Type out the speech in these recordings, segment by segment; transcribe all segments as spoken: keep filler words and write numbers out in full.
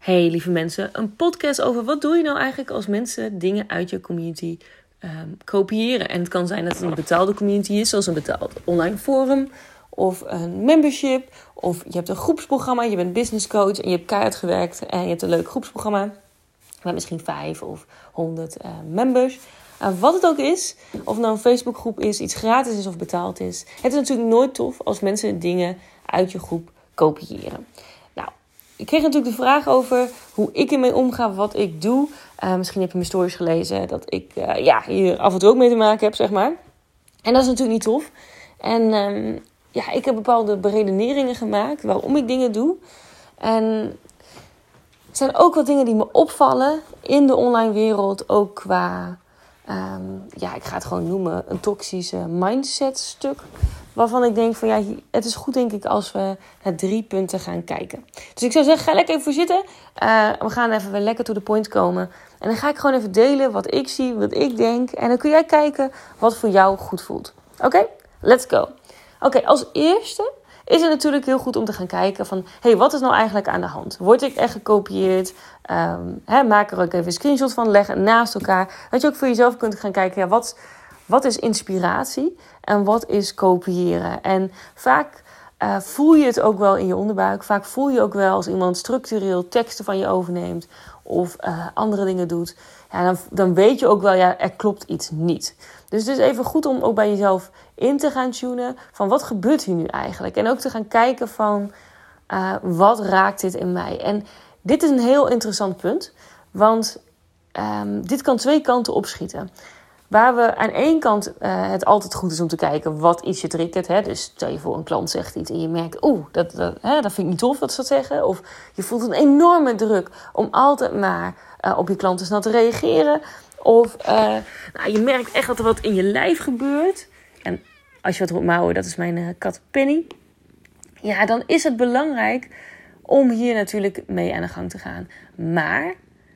Hey lieve mensen, een podcast over wat doe je nou eigenlijk als mensen dingen uit je community um, kopiëren. En het kan zijn dat het een betaalde community is, zoals een betaald online forum of een membership. Of je hebt een groepsprogramma, je bent business coach en je hebt keihard gewerkt en je hebt een leuk groepsprogramma. Met misschien vijf of honderd uh, members. Uh, wat het ook is, of het nou een Facebookgroep is, iets gratis is of betaald is. Het is natuurlijk nooit tof als mensen dingen uit je groep kopiëren. Nou, ik kreeg natuurlijk de vraag over hoe ik ermee omga, wat ik doe. Uh, misschien heb je mijn stories gelezen dat ik uh, ja, hier af en toe ook mee te maken heb, zeg maar. En dat is natuurlijk niet tof. En um, ja, ik heb bepaalde beredeneringen gemaakt waarom ik dingen doe. En er zijn ook wat dingen die me opvallen in de online wereld, ook qua, um, ja, ik ga het gewoon noemen, een toxische mindset stuk. Waarvan ik denk van ja, het is goed denk ik als we naar drie punten gaan kijken. Dus ik zou zeggen, ga lekker even voor zitten. Uh, we gaan even weer lekker to the point komen. En dan ga ik gewoon even delen wat ik zie, wat ik denk. En dan kun jij kijken wat voor jou goed voelt. Oké, okay? Let's go. Oké, okay, als eerste is het natuurlijk heel goed om te gaan kijken van, hé, hey, wat is nou eigenlijk aan de hand? Word ik echt gekopieerd? Um, hè, maak er ook even een screenshot van, leg het naast elkaar. Dat je ook voor jezelf kunt gaan kijken, ja, wat, wat is inspiratie en wat is kopiëren? En vaak uh, voel je het ook wel in je onderbuik. Vaak voel je ook wel als iemand structureel teksten van je overneemt of uh, andere dingen doet. Ja, dan, dan weet je ook wel, ja, er klopt iets niet. Dus het is even goed om ook bij jezelf in te gaan tunen van wat gebeurt hier nu eigenlijk? En ook te gaan kijken van uh, wat raakt dit in mij? En dit is een heel interessant punt, want um, dit kan twee kanten opschieten. Waar we aan één kant uh, het altijd goed is om te kijken wat iets je triggert. Hè? Dus stel je voor een klant zegt iets en je merkt, oeh, dat, dat, hè, dat vind ik niet tof dat ze dat zeggen. Of je voelt een enorme druk om altijd maar uh, op je klanten snel te reageren. Of uh, nou, je merkt echt dat er wat in je lijf gebeurt. En als je wat hoort mouwen, dat is mijn uh, kat Penny. Ja, dan is het belangrijk om hier natuurlijk mee aan de gang te gaan. Maar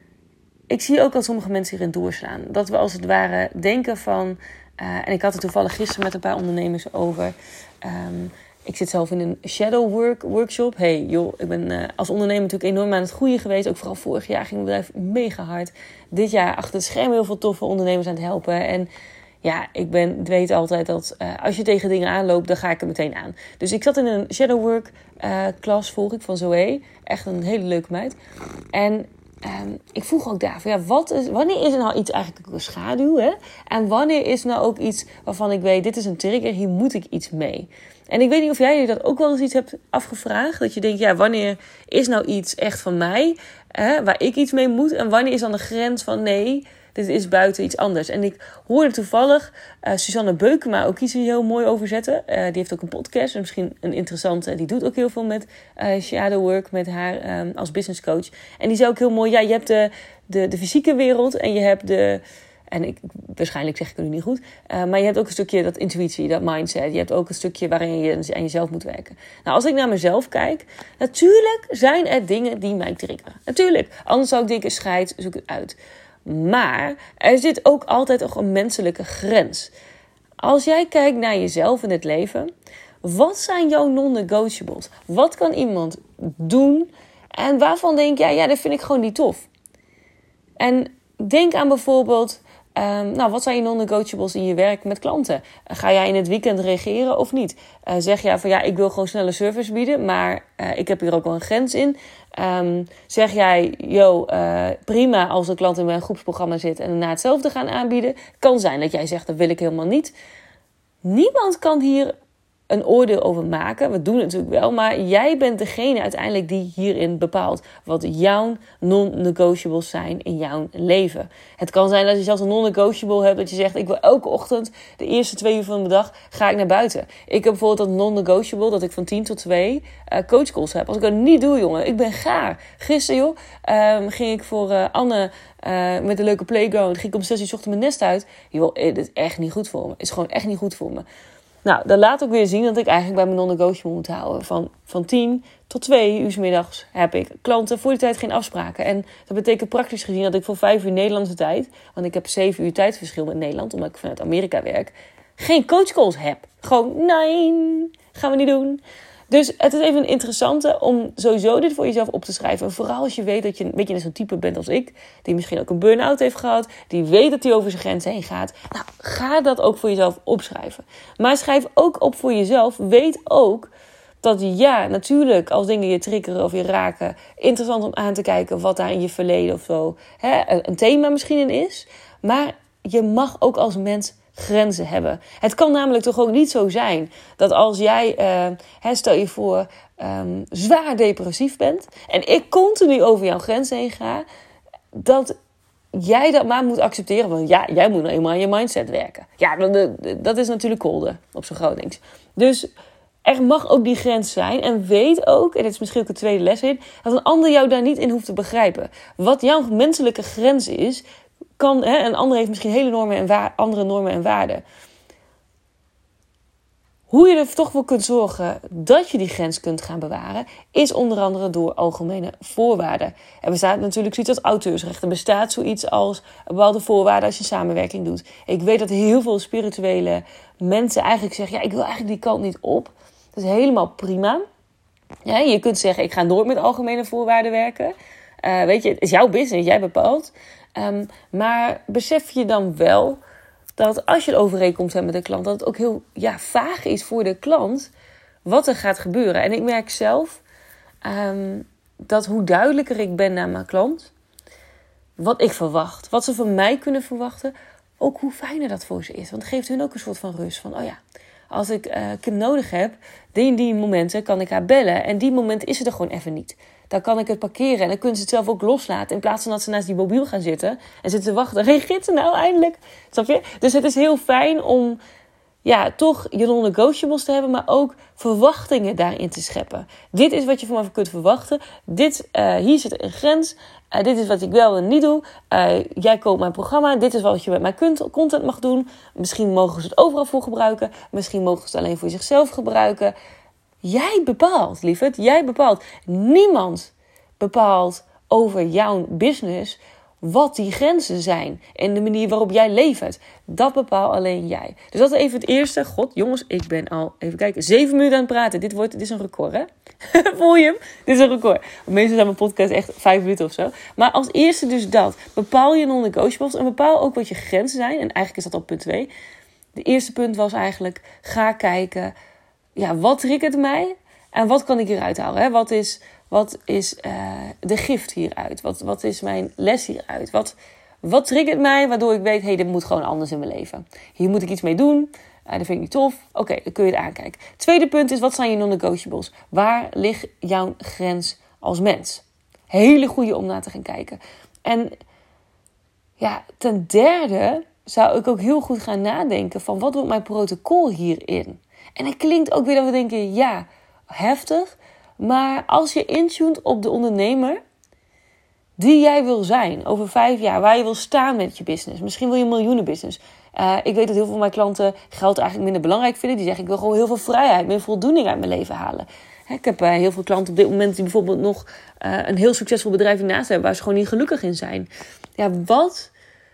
ik zie ook dat sommige mensen hierin doorslaan. Dat we als het ware denken van, Uh, en ik had het toevallig gisteren met een paar ondernemers over. Um, ik zit zelf in een shadow work workshop. Hey joh, ik ben uh, als ondernemer natuurlijk enorm aan het groeien geweest. Ook vooral vorig jaar ging het bedrijf mega hard. Dit jaar achter het scherm heel veel toffe ondernemers aan het helpen. En ja, ik ben, weet altijd dat uh, als je tegen dingen aanloopt, dan ga ik er meteen aan. Dus ik zat in een shadow work uh, klas, volg ik, van Zoe. Echt een hele leuke meid. En Um, ik vroeg ook daar van ja, wat is, wanneer is er nou iets eigenlijk een schaduw? Hè? En wanneer is nou ook iets waarvan ik weet, dit is een trigger, hier moet ik iets mee. En ik weet niet of jij je dat ook wel eens iets hebt afgevraagd. Dat je denkt, ja, wanneer is nou iets echt van mij, hè, waar ik iets mee moet? En wanneer is dan de grens van nee, dit is buiten iets anders. En ik hoorde toevallig uh, Suzanne Beukema ook iets heel mooi over zetten. Uh, die heeft ook een podcast, misschien een interessante. Die doet ook heel veel met uh, shadow work, met haar um, als business coach. En die zei ook heel mooi, ja, je hebt de, de, de fysieke wereld en je hebt de, en ik, waarschijnlijk zeg ik het nu niet goed, uh, maar je hebt ook een stukje dat intuïtie, dat mindset. Je hebt ook een stukje waarin je aan jezelf moet werken. Nou, als ik naar mezelf kijk, natuurlijk zijn er dingen die mij triggeren. Natuurlijk, anders zou ik denken, scheid, zoek het uit. Maar er zit ook altijd nog een menselijke grens. Als jij kijkt naar jezelf in het leven, wat zijn jouw non-negotiables? Wat kan iemand doen en waarvan denk jij, ja, dat vind ik gewoon niet tof? En denk aan bijvoorbeeld, Um, nou, wat zijn je non-negotiables in je werk met klanten? Uh, ga jij in het weekend reageren of niet? Uh, zeg jij van ja, ik wil gewoon snelle service bieden, maar uh, ik heb hier ook wel een grens in. Um, zeg jij, yo, uh, prima als een klant in mijn groepsprogramma zit en daarna hetzelfde gaan aanbieden. Kan zijn dat jij zegt, dat wil ik helemaal niet. Niemand kan hier een oordeel over maken. We doen het natuurlijk wel, maar jij bent degene uiteindelijk die hierin bepaalt wat jouw non-negotiables zijn in jouw leven. Het kan zijn dat je zelfs een non-negotiable hebt dat je zegt, ik wil elke ochtend de eerste twee uur van de dag ga ik naar buiten. Ik heb bijvoorbeeld dat non-negotiable dat ik van tien tot twee uh, coachcalls heb. Als ik dat niet doe, jongen, ik ben gaar. Gisteren, joh, um, ging ik voor uh, Anne uh, met een leuke playground, ging ik om zes uur 's ochtends mijn nest uit. Joh, dit is echt niet goed voor me. Het is gewoon echt niet goed voor me. Nou, dat laat ook weer zien dat ik eigenlijk bij mijn non-negotiable moet houden. Van, van tien tot twee uur 's middags heb ik klanten voor die tijd geen afspraken. En dat betekent praktisch gezien dat ik voor vijf uur Nederlandse tijd, want ik heb zeven uur tijdverschil met Nederland, omdat ik vanuit Amerika werk, geen coachcalls heb. Gewoon, nee, gaan we niet doen. Dus het is even een interessante om sowieso dit voor jezelf op te schrijven. En vooral als je weet dat je een beetje zo'n type bent als ik, die misschien ook een burn-out heeft gehad, die weet dat hij over zijn grens heen gaat. Nou, ga dat ook voor jezelf opschrijven. Maar schrijf ook op voor jezelf. Weet ook dat ja, natuurlijk, als dingen je triggeren of je raken, interessant om aan te kijken wat daar in je verleden of zo hè, een thema misschien in is. Maar je mag ook als mens grenzen hebben. Het kan namelijk toch ook niet zo zijn dat als jij, uh, hè, stel je voor, um, zwaar depressief bent en ik continu over jouw grens heen ga, dat jij dat maar moet accepteren. Want ja, jij moet nou eenmaal aan je mindset werken. Ja, dat, dat is natuurlijk kolde op zo'n Gronings. Dus er mag ook die grens zijn. En weet ook, en dit is misschien ook een tweede les in, dat een ander jou daar niet in hoeft te begrijpen. Wat jouw menselijke grens is, kan, hè, een ander heeft misschien hele normen en wa- andere normen en waarden. Hoe je er toch voor kunt zorgen dat je die grens kunt gaan bewaren, is onder andere door algemene voorwaarden. Er bestaat natuurlijk zoiets als auteursrecht. Er bestaat zoiets als bepaalde voorwaarden als je samenwerking doet. Ik weet dat heel veel spirituele mensen eigenlijk zeggen, ja, ik wil eigenlijk die kant niet op. Dat is helemaal prima. Ja, je kunt zeggen, ik ga nooit met algemene voorwaarden werken. Uh, weet je, het is jouw business, jij bepaalt. Um, maar besef je dan wel dat als je een overeenkomst hebt met de klant, dat het ook heel ja, vaag is voor de klant wat er gaat gebeuren. En ik merk zelf um, dat hoe duidelijker ik ben naar mijn klant, wat ik verwacht, wat ze van mij kunnen verwachten, ook hoe fijner dat voor ze is. Want het geeft hun ook een soort van rust van, oh ja, als ik uh, Kim nodig heb, die die momenten kan ik haar bellen. En die moment is ze er gewoon even niet. Dan kan ik het parkeren en dan kunnen ze het zelf ook loslaten. In plaats van dat ze naast die mobiel gaan zitten en zitten te wachten. Reageert ze nou eindelijk? Snap je? Dus het is heel fijn om ja, toch je non-negotiables te hebben, maar ook verwachtingen daarin te scheppen. Dit is wat je van me kunt verwachten. Dit, uh, hier zit een grens. Uh, dit is wat ik wel en niet doe. Uh, jij koopt mijn programma. Dit is wat je met mijn content mag doen. Misschien mogen ze het overal voor gebruiken. Misschien mogen ze het alleen voor zichzelf gebruiken. Jij bepaalt, lieverd. Jij bepaalt. Niemand bepaalt over jouw business wat die grenzen zijn en de manier waarop jij levert. Dat bepaalt alleen jij. Dus dat is even het eerste. God, jongens, ik ben al, even kijken, zeven minuten aan het praten. Dit, wordt, dit is een record, hè? Voel je hem? Dit is een record. Meestal zijn mijn podcast echt vijf minuten of zo. Maar als eerste dus dat. Bepaal je non-negotiables en bepaal ook wat je grenzen zijn. En eigenlijk is dat al punt twee. De eerste punt was eigenlijk, ga kijken, ja, wat triggert mij en wat kan ik hieruit halen? Hè? Wat is... Wat is uh, de gift hieruit? Wat, wat is mijn les hieruit? Wat, wat triggert mij waardoor ik weet, hé, hey, dit moet gewoon anders in mijn leven. Hier moet ik iets mee doen. Uh, dat vind ik niet tof. Oké, okay, dan kun je het aankijken. Tweede punt is, wat zijn je non-negotiables? Waar ligt jouw grens als mens? Hele goede om naar te gaan kijken. En ja, ten derde zou ik ook heel goed gaan nadenken van, wat wordt mijn protocol hierin? En het klinkt ook weer dat we denken, ja, heftig. Maar als je intuned op de ondernemer die jij wil zijn over vijf jaar, waar je wil staan met je business. Misschien wil je een miljoenenbusiness. Uh, ik weet dat heel veel van mijn klanten geld eigenlijk minder belangrijk vinden. Die zeggen, ik wil gewoon heel veel vrijheid, meer voldoening uit mijn leven halen. Hè, ik heb uh, heel veel klanten op dit moment die bijvoorbeeld nog uh, een heel succesvol bedrijf ernaast hebben, waar ze gewoon niet gelukkig in zijn. Ja, wat?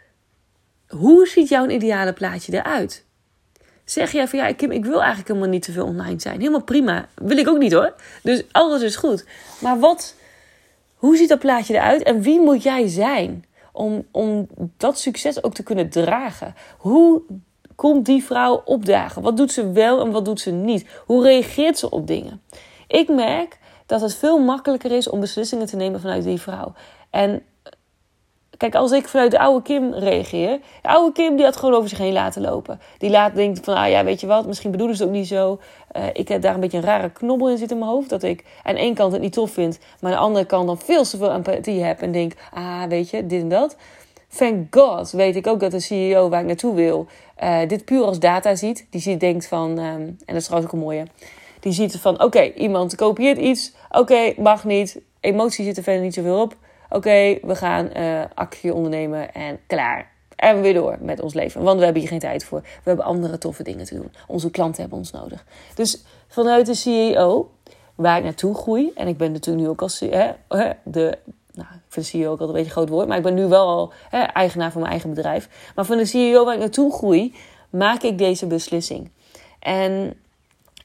Hoe ziet jouw ideale plaatje eruit? Zeg jij van ja, Kim, ik wil eigenlijk helemaal niet te veel online zijn. Helemaal prima. Wil ik ook niet hoor. Dus alles is goed. Maar wat, hoe ziet dat plaatje eruit? En wie moet jij zijn om, om dat succes ook te kunnen dragen? Hoe komt die vrouw opdagen? Wat doet ze wel en wat doet ze niet? Hoe reageert ze op dingen? Ik merk dat het veel makkelijker is om beslissingen te nemen vanuit die vrouw. En kijk, als ik vanuit de oude Kim reageer, de oude Kim die had gewoon over zich heen laten lopen. Die laat denkt van, ah ja, weet je wat, misschien bedoelen ze het ook niet zo. Uh, ik heb daar een beetje een rare knobbel in zitten in mijn hoofd. Dat ik aan de ene kant het niet tof vind, maar aan de andere kant dan veel te veel empathie heb. En denk, ah, weet je, dit en dat. Thank God weet ik ook dat de C E O waar ik naartoe wil, uh, dit puur als data ziet. Die ziet, denkt van, um, en dat is trouwens ook een mooie. Die ziet van, oké, okay, iemand kopieert iets. Oké, okay, mag niet. Emotie zit er verder niet zoveel op. Oké, okay, we gaan uh, actie ondernemen en klaar. En weer door met ons leven. Want we hebben hier geen tijd voor. We hebben andere toffe dingen te doen. Onze klanten hebben ons nodig. Dus vanuit de C E O, waar ik naartoe groei. En ik ben natuurlijk nu ook als hè, de... Nou, ik vind de C E O ook altijd een beetje een groot woord. Maar ik ben nu wel al hè, eigenaar van mijn eigen bedrijf. Maar van de C E O waar ik naartoe groei, maak ik deze beslissing. En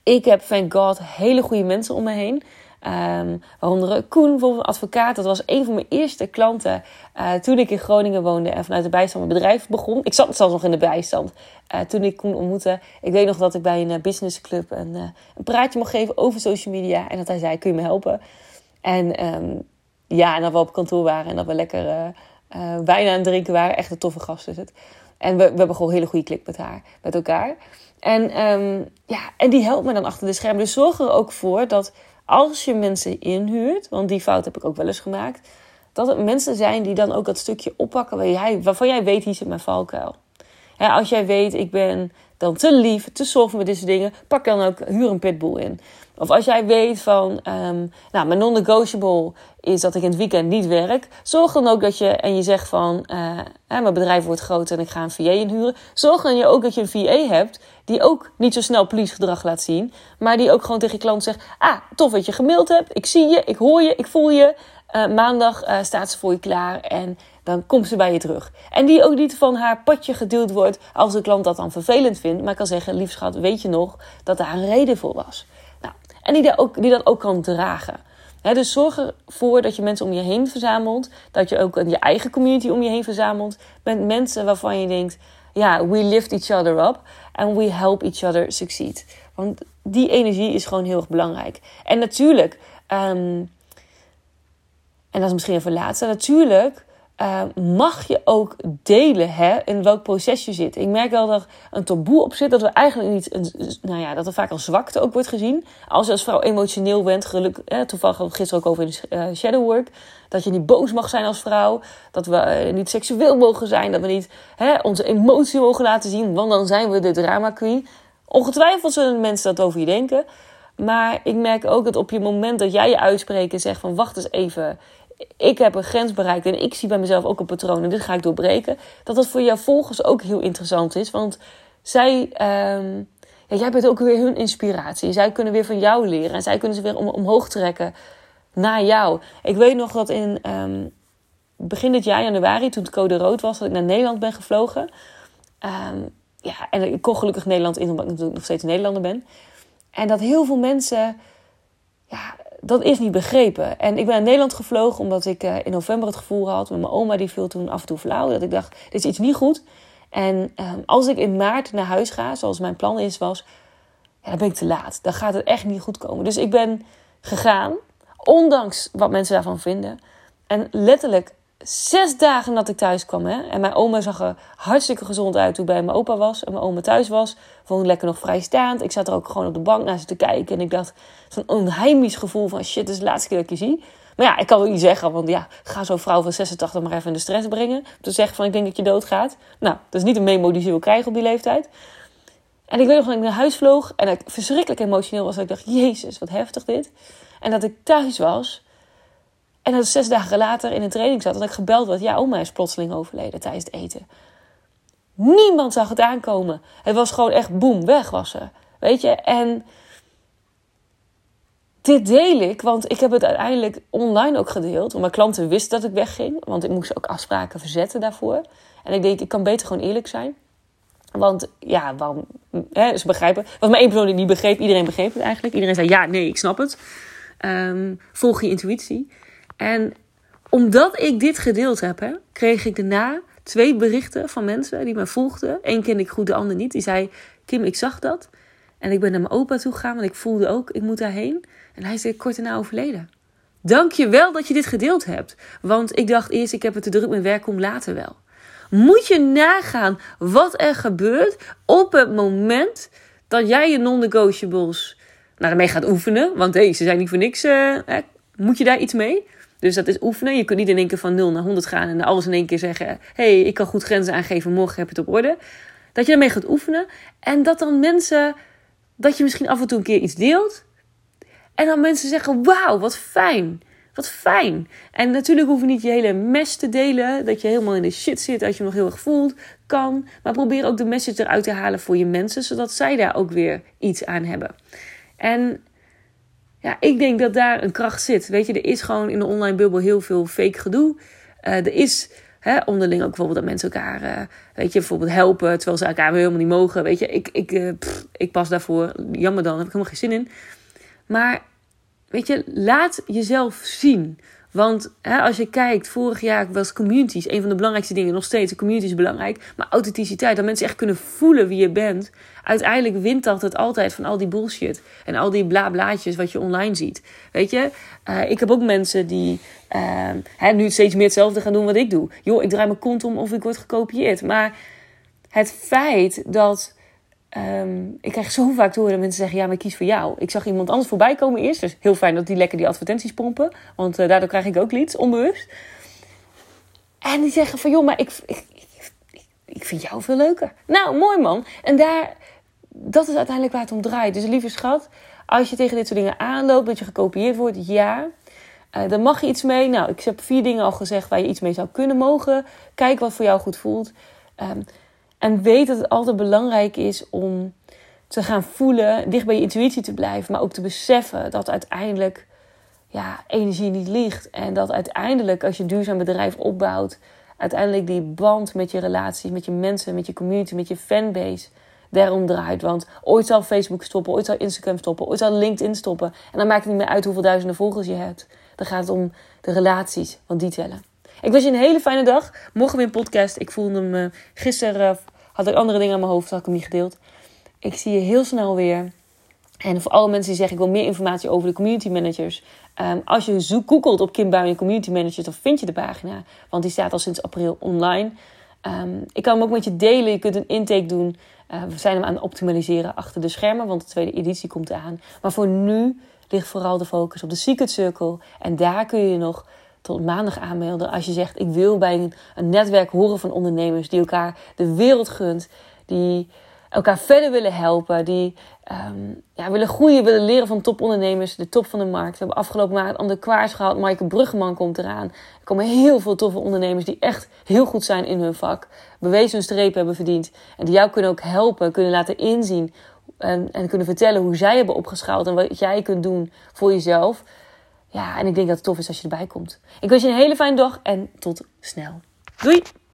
Ik heb, thank God, hele goede mensen om me heen. Um, waaronder Koen, bijvoorbeeld een advocaat. Dat was een van mijn eerste klanten uh, toen ik in Groningen woonde en vanuit de bijstand mijn bedrijf begon. Ik zat zelfs nog in de bijstand uh, toen ik Koen ontmoette. Ik weet nog dat ik bij een uh, businessclub een, uh, een praatje mocht geven over social media. En dat hij zei, kun je me helpen? En um, ja, en dat we op kantoor waren en dat we lekker uh, uh, wijn aan het drinken waren. Echt een toffe gast is het. En we, we hebben gewoon een hele goede klik met haar, met elkaar. En, um, ja, en die helpt me dan achter de schermen. Dus zorg er ook voor dat als je mensen inhuurt, want die fout heb ik ook wel eens gemaakt, dat het mensen zijn die dan ook dat stukje oppakken waar jij, waarvan jij weet, hier zit mijn valkuil. Ja, als jij weet, ik ben dan te lief, te zorgen met deze dingen, pak dan ook, huur een pitbull in. Of als jij weet van, um, nou, mijn non-negotiable is dat ik in het weekend niet werk. Zorg dan ook dat je, en je zegt van, uh, hè, mijn bedrijf wordt groter en ik ga een V A inhuren. Zorg dan ook dat je een V A hebt die ook niet zo snel politiegedrag laat zien. Maar die ook gewoon tegen je klant zegt, ah, tof dat je gemaild hebt. Ik zie je, ik hoor je, ik voel je. Uh, maandag uh, staat ze voor je klaar en dan komt ze bij je terug. En die ook niet van haar padje geduwd wordt als de klant dat dan vervelend vindt. Maar kan zeggen, lief schat, weet je nog dat daar een reden voor was? Nou, en die, daar ook, die dat ook kan dragen. He, dus zorg ervoor dat je mensen om je heen verzamelt. Dat je ook je eigen community om je heen verzamelt. Met mensen waarvan je denkt, ja, we lift each other up. And we help each other succeed. Want die energie is gewoon heel erg belangrijk. En natuurlijk, um, en dat is misschien even laatste, natuurlijk uh, mag je ook delen, hè, in welk proces je zit. Ik merk wel dat er een taboe op zit, dat we eigenlijk niet, een, nou ja, dat er vaak als zwakte ook wordt gezien. Als je als vrouw emotioneel bent, gelukkig, eh, toevallig hadden we gisteren ook over in de uh, shadow work, dat je niet boos mag zijn als vrouw, dat we uh, niet seksueel mogen zijn, dat we niet hè, onze emotie mogen laten zien, want dan zijn we de drama queen. Ongetwijfeld zullen mensen dat over je denken. Maar ik merk ook dat op je moment dat jij je uitspreekt en zegt van wacht eens even, ik heb een grens bereikt en ik zie bij mezelf ook een patroon en dit ga ik doorbreken. Dat dat voor jouw volgers ook heel interessant is. Want zij, um, ja, jij bent ook weer hun inspiratie. Zij kunnen weer van jou leren en zij kunnen ze weer om, omhoog trekken naar jou. Ik weet nog dat in um, begin dit jaar, januari, toen het code rood was, dat ik naar Nederland ben gevlogen. Um, ja, en ik kon gelukkig Nederland in, omdat ik natuurlijk nog steeds een Nederlander ben. En dat heel veel mensen, ja, dat is niet begrepen. En ik ben naar Nederland gevlogen omdat ik uh, in november het gevoel had, met mijn oma, die viel toen af en toe flauw, dat ik dacht, dit is iets niet goed. En um, als ik in maart naar huis ga, zoals mijn plan is, was, ja, dan ben ik te laat. Dan gaat het echt niet goed komen. Dus ik ben gegaan, ondanks wat mensen daarvan vinden. En letterlijk zes dagen dat ik thuis kwam. Hè, en mijn oma zag er hartstikke gezond uit toen ik bij mijn opa was. En mijn oma thuis was. Vond ik lekker nog vrijstaand. Ik zat er ook gewoon op de bank naar ze te kijken. En ik dacht, zo'n onheimisch gevoel van shit, dit is de laatste keer dat ik je zie. Maar ja, ik kan het niet zeggen. Want ja, ga zo'n vrouw van zesentachtig maar even in de stress brengen. Om te zeggen van ik denk dat je doodgaat. Nou, dat is niet een memo die ze wil krijgen op die leeftijd. En ik weet nog dat ik naar huis vloog. En dat ik verschrikkelijk emotioneel was. Dat ik dacht, jezus, wat heftig dit. En dat ik thuis was. En dat ik zes dagen later in een training zat. Dat ik gebeld werd. Ja, oma is plotseling overleden tijdens het eten. Niemand zag het aankomen. Het was gewoon echt boem, weg was ze. Weet je? En dit deel ik, want ik heb het uiteindelijk online ook gedeeld. Want mijn klanten wisten dat ik wegging. Want ik moest ook afspraken verzetten daarvoor. En ik denk, ik kan beter gewoon eerlijk zijn. Want ja, waarom, hè, ze begrijpen. Er was maar één persoon die het niet begreep. Iedereen begreep het eigenlijk. Iedereen zei, ja, nee, ik snap het. Um, volg je intuïtie. En omdat ik dit gedeeld heb, hè, kreeg ik daarna twee berichten van mensen die mij volgden. Eén kende ik goed, de ander niet. Die zei, Kim, ik zag dat. En ik ben naar mijn opa toe gegaan, want ik voelde ook, ik moet daarheen. En hij is kort daarna overleden. Dank je wel dat je dit gedeeld hebt. Want ik dacht eerst, ik heb het te druk met werk, kom later wel. Moet je nagaan wat er gebeurt op het moment dat jij je non-negotiables nou, daarmee gaat oefenen. Want hé, ze zijn niet voor niks. Uh, hè, moet je daar iets mee? Dus dat is oefenen. Je kunt niet in één keer van nul naar honderd gaan en alles in één keer zeggen, hé, hey, ik kan goed grenzen aangeven, morgen heb je het op orde. Dat je daarmee gaat oefenen. En dat dan mensen, dat je misschien af en toe een keer iets deelt. En dan mensen zeggen, wauw, wat fijn. Wat fijn. En natuurlijk hoef je niet je hele mes te delen. Dat je helemaal in de shit zit. Dat je hem nog heel erg voelt. Kan. Maar probeer ook de message eruit te halen voor je mensen. Zodat zij daar ook weer iets aan hebben. En ja, ik denk dat daar een kracht zit. Weet je, er is gewoon in de online bubbel heel veel fake gedoe. Uh, er is Hè, onderling ook bijvoorbeeld dat mensen elkaar, uh, weet je, bijvoorbeeld helpen. Terwijl ze elkaar helemaal niet mogen. Weet je, ik, ik, uh, pff, ik pas daarvoor. Jammer dan, heb ik helemaal geen zin in. Maar, weet je, laat jezelf zien. Want hè, als je kijkt, vorig jaar was communities een van de belangrijkste dingen. Nog steeds, de community is belangrijk. Maar authenticiteit, dat mensen echt kunnen voelen wie je bent. Uiteindelijk wint dat het altijd van al die bullshit. En al die blablaatjes wat je online ziet. Weet je, uh, ik heb ook mensen die uh, hè, nu steeds meer hetzelfde gaan doen wat ik doe. Joh, ik draai mijn kont om of ik word gekopieerd. Maar het feit dat... Um, ik krijg zo vaak te horen dat mensen zeggen, ja, maar ik kies voor jou. Ik zag iemand anders voorbij komen eerst. Dus heel fijn dat die lekker die advertenties pompen. Want uh, daardoor krijg ik ook leads, onbewust. En die zeggen van, joh, maar ik, ik, ik, ik vind jou veel leuker. Nou, mooi man. En daar, dat is uiteindelijk waar het om draait. Dus lieve schat, als je tegen dit soort dingen aanloopt, dat je gekopieerd wordt, ja. Uh, dan mag je iets mee. Nou, ik heb vier dingen al gezegd waar je iets mee zou kunnen mogen. Kijk wat voor jou goed voelt. Um, En weet dat het altijd belangrijk is om te gaan voelen, dicht bij je intuïtie te blijven. Maar ook te beseffen dat uiteindelijk ja, energie niet ligt. En dat uiteindelijk als je een duurzaam bedrijf opbouwt, uiteindelijk die band met je relaties, met je mensen, met je community, met je fanbase daarom draait. Want ooit zal Facebook stoppen, ooit zal Instagram stoppen, ooit zal LinkedIn stoppen. En dan maakt het niet meer uit hoeveel duizenden volgers je hebt. Dan gaat het om de relaties, want die tellen. Ik wens je een hele fijne dag. Morgen weer een podcast. Ik voelde hem uh, gisteren... Uh, had ik andere dingen aan mijn hoofd, had ik hem niet gedeeld. Ik zie je heel snel weer. En voor alle mensen die zeggen, ik wil meer informatie over de community managers. Um, als je zoek, googelt op Kim Bouwing community managers, dan vind je de pagina. Want die staat al sinds april online. Um, ik kan hem ook met je delen. Je kunt een intake doen. Uh, we zijn hem aan het optimaliseren achter de schermen. Want de tweede editie komt eraan. Maar voor nu ligt vooral de focus op de Secret Circle. En daar kun je je nog tot maandag aanmelden. Als je zegt, ik wil bij een, een netwerk horen van ondernemers die elkaar de wereld gunt. Die elkaar verder willen helpen. Die um, ja, willen groeien, willen leren van topondernemers. De top van de markt. We hebben afgelopen maand aan de Kwaars gehad. Maaike Bruggeman komt eraan. Er komen heel veel toffe ondernemers die echt heel goed zijn in hun vak. Bewezen hun streep hebben verdiend. En die jou kunnen ook helpen, kunnen laten inzien. En, en kunnen vertellen hoe zij hebben opgeschaald. En wat jij kunt doen voor jezelf. Ja, en ik denk dat het tof is als je erbij komt. Ik wens je een hele fijne dag en tot snel. Doei!